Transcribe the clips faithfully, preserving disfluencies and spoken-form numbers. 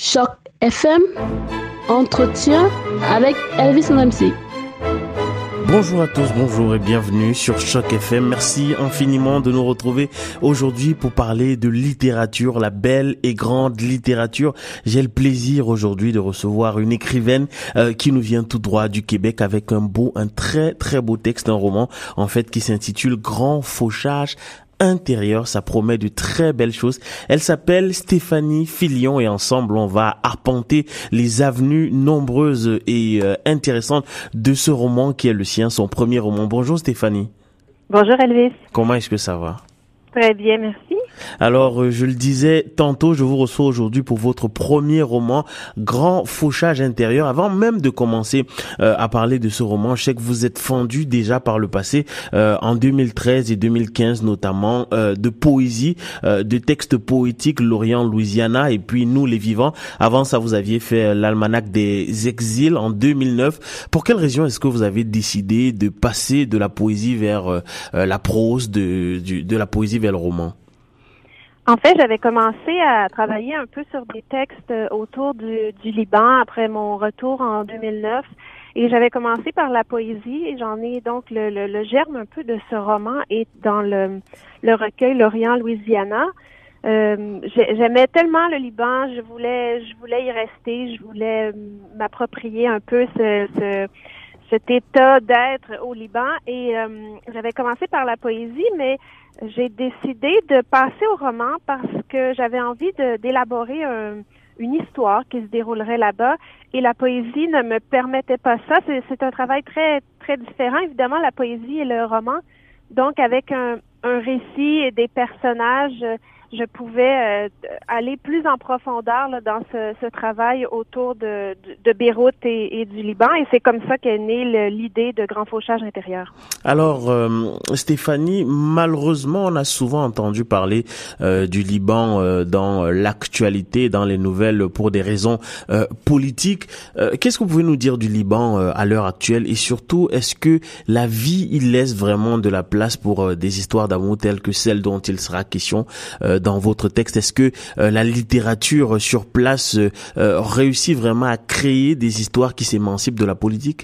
Choc F M, entretien avec Elvis M C. Bonjour à tous, bonjour et bienvenue sur Choc F M. Merci infiniment de nous retrouver aujourd'hui pour parler de littérature, la belle et grande littérature. J'ai le plaisir aujourd'hui de recevoir une écrivaine euh, qui nous vient tout droit du Québec avec un beau, un très très beau texte, un roman en fait qui s'intitule Grand Fauchage intérieur. Ça promet de très belles choses. Elle s'appelle Stéphanie Filion et ensemble on va arpenter les avenues nombreuses et euh, intéressantes de ce roman qui est le sien, son premier roman. Bonjour Stéphanie. Bonjour Elvis. Comment est-ce que ça va? Très bien, merci. Alors, euh, je le disais tantôt, je vous reçois aujourd'hui pour votre premier roman, Grand Fauchage intérieur. Avant même de commencer euh, à parler de ce roman, je sais que vous êtes fendu déjà par le passé, euh, en deux mille treize et deux mille quinze notamment, euh, de poésie, euh, de textes poétiques, Lorient, Louisiana, et puis Nous les Vivants. Avant ça, vous aviez fait l'Almanach des Exils en deux mille neuf. Pour quelle raison est-ce que vous avez décidé de passer de la poésie vers euh, la prose, de, du, de la poésie vers le roman? En fait, j'avais commencé à travailler un peu sur des textes autour du, du Liban après mon retour en deux mille neuf. Et j'avais commencé par la poésie et j'en ai donc le, le, le germe un peu de ce roman est dans le, le recueil Lorient, Louisiana. Euh, j'aimais tellement le Liban, je voulais, je voulais y rester, je voulais m'approprier un peu ce, ce cet état d'être au Liban et euh, j'avais commencé par la poésie, mais j'ai décidé de passer au roman parce que j'avais envie de, d'élaborer un, une histoire qui se déroulerait là-bas et la poésie ne me permettait pas ça. C'est, c'est un travail très très différent, évidemment, la poésie et le roman. Donc, avec un, un récit et des personnages, je pouvais euh, aller plus en profondeur là, dans ce, ce travail autour de, de, de Beyrouth et, et du Liban. Et c'est comme ça qu'est née le, l'idée de Grand Fauchage intérieur. Alors, euh, Stéphanie, malheureusement, on a souvent entendu parler euh, du Liban euh, dans l'actualité, dans les nouvelles, pour des raisons euh, politiques. Euh, qu'est-ce que vous pouvez nous dire du Liban euh, à l'heure actuelle? Et surtout, est-ce que la vie, il laisse vraiment de la place pour euh, des histoires d'amour telles que celles dont il sera question euh, dans votre texte? Est-ce que euh, la littérature sur place euh, euh, réussit vraiment à créer des histoires qui s'émancipent de la politique?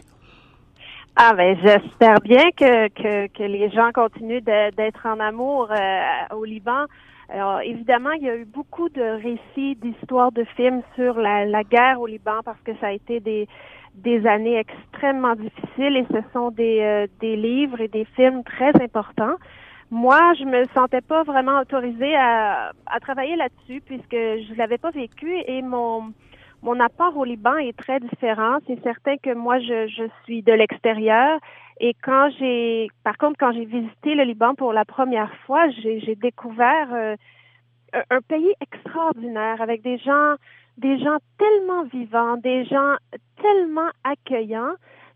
Ah ben j'espère bien que que, que les gens continuent de, d'être en amour euh, au Liban. Alors évidemment, il y a eu beaucoup de récits, d'histoires, de films sur la, la guerre au Liban parce que ça a été des des années extrêmement difficiles et ce sont des euh, des livres et des films très importants. Moi, je me sentais pas vraiment autorisée à, à travailler là-dessus puisque je l'avais pas vécu et mon mon apport au Liban est très différent. C'est certain que moi, je, je suis de l'extérieur et quand j'ai, par contre, quand j'ai visité le Liban pour la première fois, j'ai, j'ai découvert euh, un, un pays extraordinaire avec des gens, des gens tellement vivants, des gens tellement accueillants.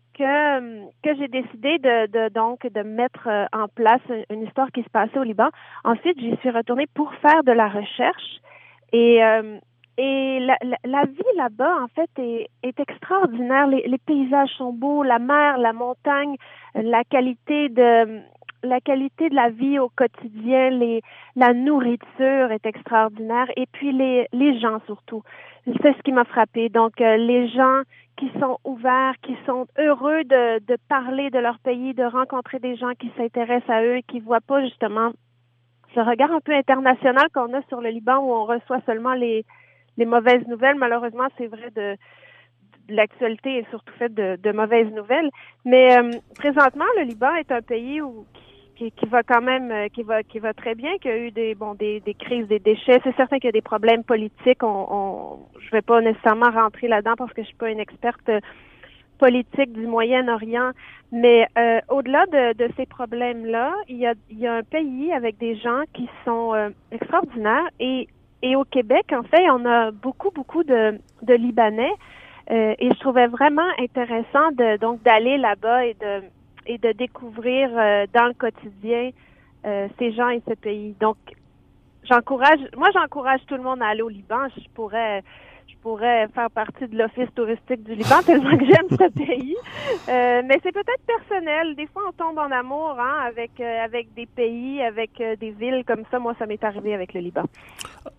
que que j'ai décidé de, de donc de mettre en place une histoire qui se passait au Liban. Ensuite, j'y suis retournée pour faire de la recherche et euh, et la, la, la vie là-bas en fait est, est extraordinaire. Les, les paysages sont beaux, la mer, la montagne, la qualité de la qualité de la vie au quotidien, les la nourriture est extraordinaire et puis les les gens surtout. C'est ce qui m'a frappée. Donc euh, les gens qui sont ouverts, qui sont heureux de, de parler de leur pays, de rencontrer des gens qui s'intéressent à eux et qui voient pas justement ce regard un peu international qu'on a sur le Liban où on reçoit seulement les, les mauvaises nouvelles. Malheureusement, c'est vrai de, de l'actualité est surtout faite de, de mauvaises nouvelles. Mais euh, présentement, le Liban est un pays où Qui, qui va quand même, qui va, qui va très bien, qui a eu des, bon, des, des crises, des déchets. C'est certain qu'il y a des problèmes politiques. On, on, je vais pas nécessairement rentrer là-dedans parce que je suis pas une experte politique du Moyen-Orient. Mais euh, au-delà de, de ces problèmes-là, il y a, il y a un pays avec des gens qui sont euh, extraordinaires. Et, et au Québec, en fait, on a beaucoup, beaucoup de, de Libanais. Euh, et je trouvais vraiment intéressant de, donc d'aller là-bas et de et de découvrir euh, dans le quotidien euh, ces gens et ce pays. Donc, j'encourage, moi j'encourage tout le monde à aller au Liban. Je pourrais, je pourrais faire partie de l'office touristique du Liban tellement que j'aime ce pays. Euh, mais c'est peut-être personnel. Des fois, on tombe en amour hein, avec euh, avec des pays, avec euh, des villes comme ça. Moi, ça m'est arrivé avec le Liban.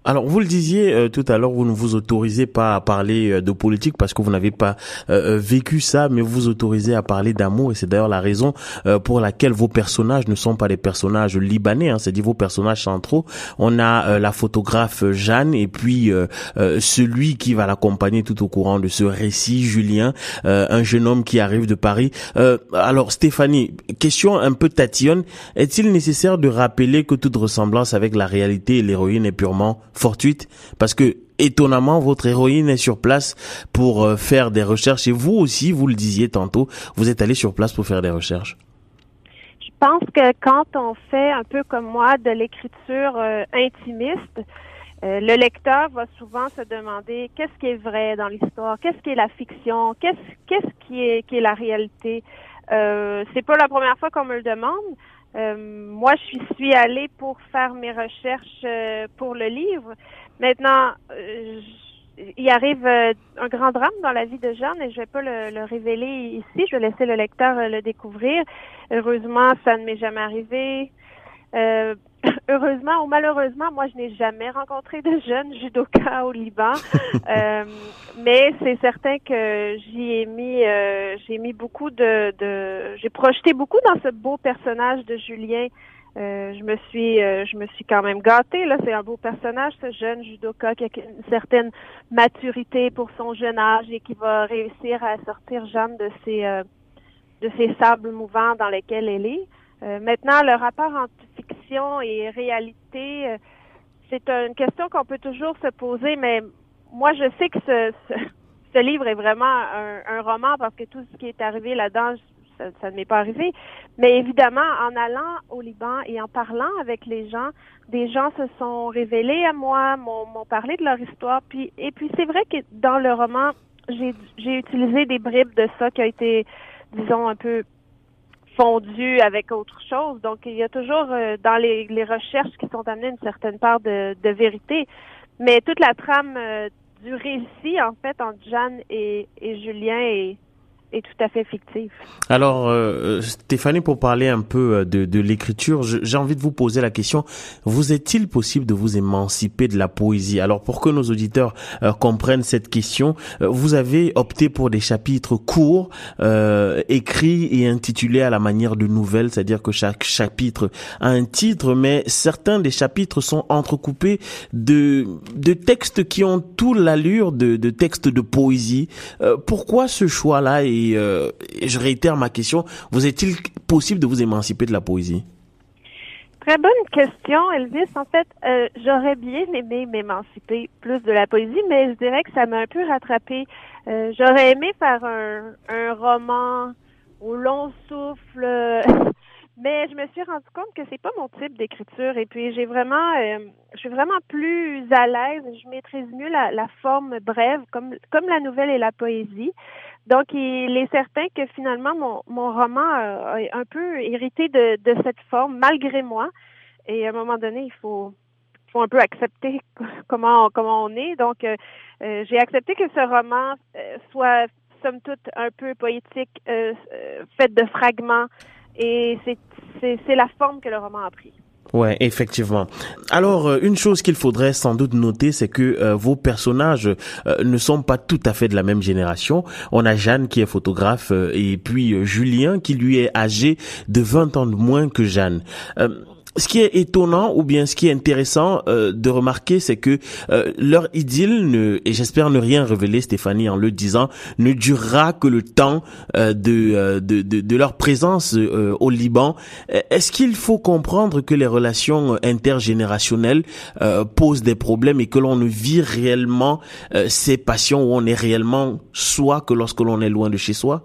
Alors, vous le disiez euh, tout à l'heure, vous ne vous autorisez pas à parler euh, de politique parce que vous n'avez pas euh, vécu ça, mais vous vous autorisez à parler d'amour, et c'est d'ailleurs la raison euh, pour laquelle vos personnages ne sont pas des personnages libanais, hein, c'est-à-dire vos personnages centraux. On a euh, la photographe Jeanne et puis euh, euh, celui qui va l'accompagner tout au courant de ce récit, Julien, euh, un jeune homme qui arrive de Paris. Euh, alors, Stéphanie, question un peu tatillonne, est-il nécessaire de rappeler que toute ressemblance avec la réalité et l'héroïne est purement fortuite, parce que étonnamment votre héroïne est sur place pour euh, faire des recherches, et vous aussi, vous le disiez tantôt, vous êtes allé sur place pour faire des recherches? Je pense que quand on fait un peu comme moi de l'écriture euh, intimiste, euh, le lecteur va souvent se demander qu'est-ce qui est vrai dans l'histoire, qu'est-ce qui est la fiction, qu'est-ce qu'est-ce qui est qui est la réalité. Euh, c'est pas la première fois qu'on me le demande. Euh, moi, je suis allée pour faire mes recherches euh, pour le livre. Maintenant, euh, il arrive euh, un grand drame dans la vie de Jeanne et je vais pas le, le révéler ici. Je vais laisser le lecteur euh, le découvrir. Heureusement, ça ne m'est jamais arrivé. Euh, heureusement ou malheureusement, moi, je n'ai jamais rencontré de jeunes judokas au Liban. euh, mais c'est certain que j'y ai mis, euh, j'ai mis beaucoup de, de, j'ai projeté beaucoup dans ce beau personnage de Julien. Euh, je me suis, euh, je me suis quand même gâtée. Là, c'est un beau personnage, ce jeune judoka qui a une certaine maturité pour son jeune âge et qui va réussir à sortir Jeanne de ces, euh, de ces sables mouvants dans lesquels elle est. Euh, maintenant, le rapport entre fiction et réalité, euh, c'est une question qu'on peut toujours se poser, mais moi, je sais que ce, ce, ce livre est vraiment un, un roman parce que tout ce qui est arrivé là-dedans, ça, ça ne m'est pas arrivé. Mais évidemment, en allant au Liban et en parlant avec les gens, des gens se sont révélés à moi, m'ont, m'ont parlé de leur histoire. Puis, et puis, c'est vrai que dans le roman, j'ai, j'ai utilisé des bribes de ça qui a été, disons, un peu fondu avec autre chose. Donc, il y a toujours euh, dans les, les recherches qui sont amenées une certaine part de, de vérité. Mais toute la trame euh, du récit, en fait, entre Jeanne et, et Julien est, est tout à fait fictive. Alors, euh, Stéphanie, pour parler un peu de, de l'écriture, je, j'ai envie de vous poser la question, vous est-il possible de vous émanciper de la poésie? Alors, pour que nos auditeurs euh, comprennent cette question, euh, vous avez opté pour des chapitres courts, euh, écrits et intitulés à la manière de nouvelles, c'est-à-dire que chaque chapitre a un titre, mais certains des chapitres sont entrecoupés de, de textes qui ont tout l'allure de, de textes de poésie. Euh, pourquoi ce choix-là? Et Et, euh, et je réitère ma question, vous est-il possible de vous émanciper de la poésie? Très bonne question, Elvis. En fait, euh, j'aurais bien aimé m'émanciper plus de la poésie, mais je dirais que ça m'a un peu rattrapée. Euh, j'aurais aimé faire un, un roman au long souffle, mais je me suis rendu compte que c'est pas mon type d'écriture. Et puis, j'ai vraiment, euh, je suis vraiment plus à l'aise. Je maîtrise mieux la, la forme brève, comme comme la nouvelle et la poésie. Donc, il est certain que finalement, mon, mon roman a, a un peu hérité de, de cette forme, malgré moi. Et à un moment donné, il faut, faut un peu accepter comment, comment on est. Donc, euh, euh, j'ai accepté que ce roman euh, soit, somme toute, un peu poétique, euh, euh, fait de fragments. Et c'est, c'est, c'est la forme que le roman a pris. Ouais, effectivement. Alors, euh, une chose qu'il faudrait sans doute noter, c'est que euh, vos personnages euh, ne sont pas tout à fait de la même génération. On a Jeanne qui est photographe euh, et puis euh, Julien qui lui est âgé de vingt ans de moins que Jeanne. Euh, Ce qui est étonnant ou bien ce qui est intéressant euh, de remarquer, c'est que euh, leur idylle, ne, et j'espère ne rien révéler, Stéphanie, en le disant, ne durera que le temps euh, de, euh, de, de de leur présence euh, au Liban. Est-ce qu'il faut comprendre que les relations intergénérationnelles euh, posent des problèmes et que l'on ne vit réellement euh, ces passions où on est réellement soi que lorsque l'on est loin de chez soi?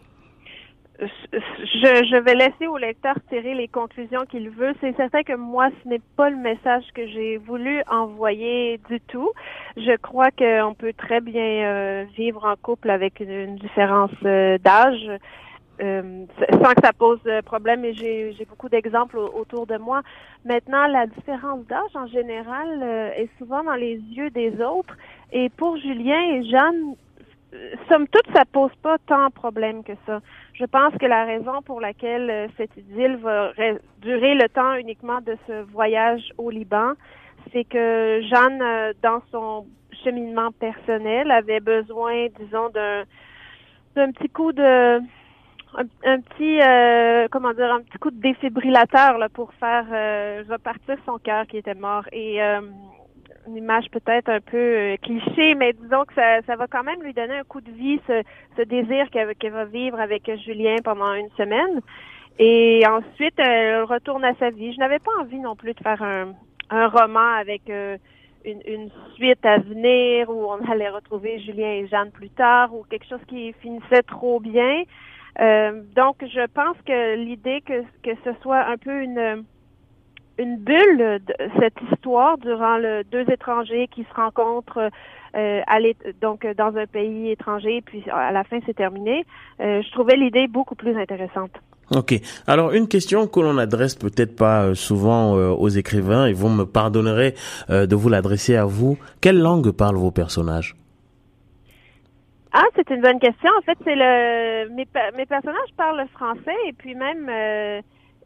Je, je vais laisser au lecteur tirer les conclusions qu'il veut. C'est certain que moi, ce n'est pas le message que j'ai voulu envoyer du tout. Je crois qu'on peut très bien euh, vivre en couple avec une, une différence euh, d'âge euh, sans que ça pose problème. Et j'ai, j'ai beaucoup d'exemples autour de moi. Maintenant, la différence d'âge en général euh, est souvent dans les yeux des autres. Et pour Julien et Jeanne, somme toute, ça pose pas tant de problème que ça. Je pense que la raison pour laquelle euh, cette idylle va ré- durer le temps uniquement de ce voyage au Liban, c'est que Jeanne, euh, dans son cheminement personnel, avait besoin, disons, d'un, d'un petit coup de... Un, un petit, euh, comment dire, un petit coup de défibrillateur là, pour faire euh, repartir son cœur qui était mort. Et euh, une image peut-être un peu euh, cliché, mais disons que ça, ça va quand même lui donner un coup de vie, ce, ce désir qu'elle, qu'elle va vivre avec Julien pendant une semaine. Et ensuite, elle retourne à sa vie. Je n'avais pas envie non plus de faire un, un roman avec euh, une, une suite à venir où on allait retrouver Julien et Jeanne plus tard ou quelque chose qui finissait trop bien. Euh, donc, je pense que l'idée que, que ce soit un peu une une bulle de cette histoire durant le deux étrangers qui se rencontrent euh, à donc dans un pays étranger, puis à la fin c'est terminé. Euh, je trouvais l'idée beaucoup plus intéressante. Ok. Alors, une question que l'on n'adresse peut-être pas souvent euh, aux écrivains, et vous me pardonnerez euh, de vous l'adresser à vous. Quelle langue parlent vos personnages? Ah, c'est une bonne question. En fait, c'est le mes, mes personnages parlent le français et puis même euh,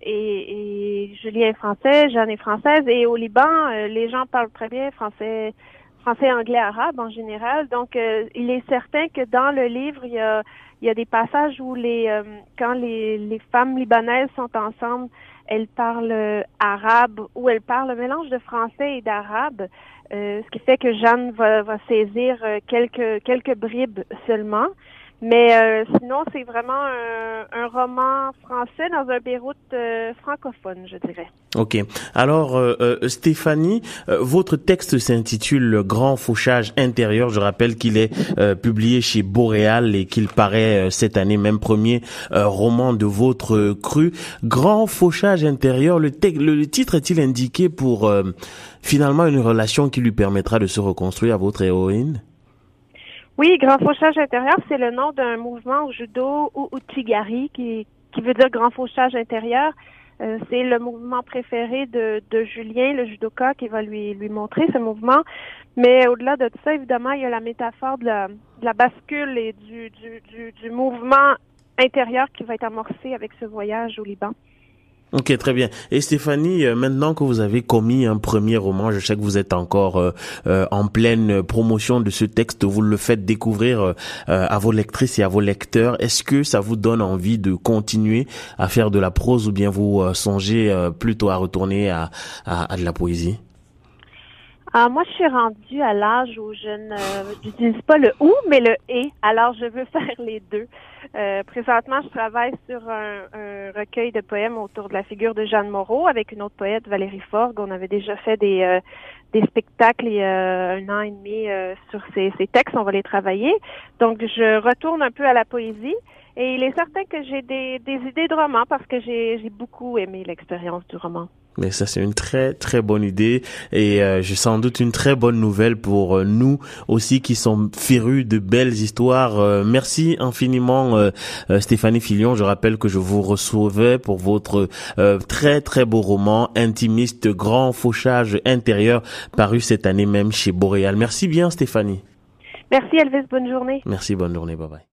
et, et Julien est français, Jeanne est française et au Liban, euh, les gens parlent très bien français, français, anglais, arabe en général. Donc, euh, il est certain que dans le livre, il y a il y a des passages où les euh, quand les les femmes libanaises sont ensemble, elles parlent euh, arabe ou elles parlent un mélange de français et d'arabe. Euh, ce qui fait que Jeanne va, va saisir euh, quelques quelques bribes seulement. Mais euh, sinon, c'est vraiment un, un roman français dans un Beyrouth euh, francophone, je dirais. Ok. Alors, euh, euh, Stéphanie, euh, votre texte s'intitule « Grand fauchage intérieur ». Je rappelle qu'il est euh, publié chez Boréal et qu'il paraît euh, cette année, même premier euh, roman de votre euh, cru. « Grand fauchage intérieur », le, te- le titre est-il indiqué pour euh, finalement une relation qui lui permettra de se reconstruire à votre héroïne? Oui, Grand fauchage intérieur, c'est le nom d'un mouvement au judo ou Uchigari, qui, qui veut dire grand fauchage intérieur. Euh, c'est le mouvement préféré de, de Julien, le judoka, qui va lui, lui montrer ce mouvement. Mais au-delà de tout ça, évidemment, il y a la métaphore de la, de la bascule et du, du, du, du mouvement intérieur qui va être amorcé avec ce voyage au Liban. Ok, très bien. Et Stéphanie, maintenant que vous avez commis un premier roman, je sais que vous êtes encore euh, euh, en pleine promotion de ce texte, vous le faites découvrir euh, à vos lectrices et à vos lecteurs. Est-ce que ça vous donne envie de continuer à faire de la prose ou bien vous euh, songez euh, plutôt à retourner à, à, à de la poésie? Ah, moi, je suis rendue à l'âge où je ne j'utilise pas le ou, mais le et. Alors, je veux faire les deux. Euh, présentement, je travaille sur un, un recueil de poèmes autour de la figure de Jeanne Moreau avec une autre poète, Valérie Forgue. On avait déjà fait des euh, des spectacles il y a un an et demi euh, sur ces, ces textes. On va les travailler. Donc, je retourne un peu à la poésie. Et il est certain que j'ai des, des idées de roman parce que j'ai, j'ai beaucoup aimé l'expérience du roman. Mais ça, c'est une très, très bonne idée et euh, j'ai sans doute une très bonne nouvelle pour euh, nous aussi qui sommes férus de belles histoires. Euh, merci infiniment euh, euh, Stéphanie Filion. Je rappelle que je vous recevais pour votre euh, très, très beau roman intimiste Grand fauchage intérieur paru cette année même chez Boréal. Merci bien Stéphanie. Merci Elvis, bonne journée. Merci, bonne journée, bye bye.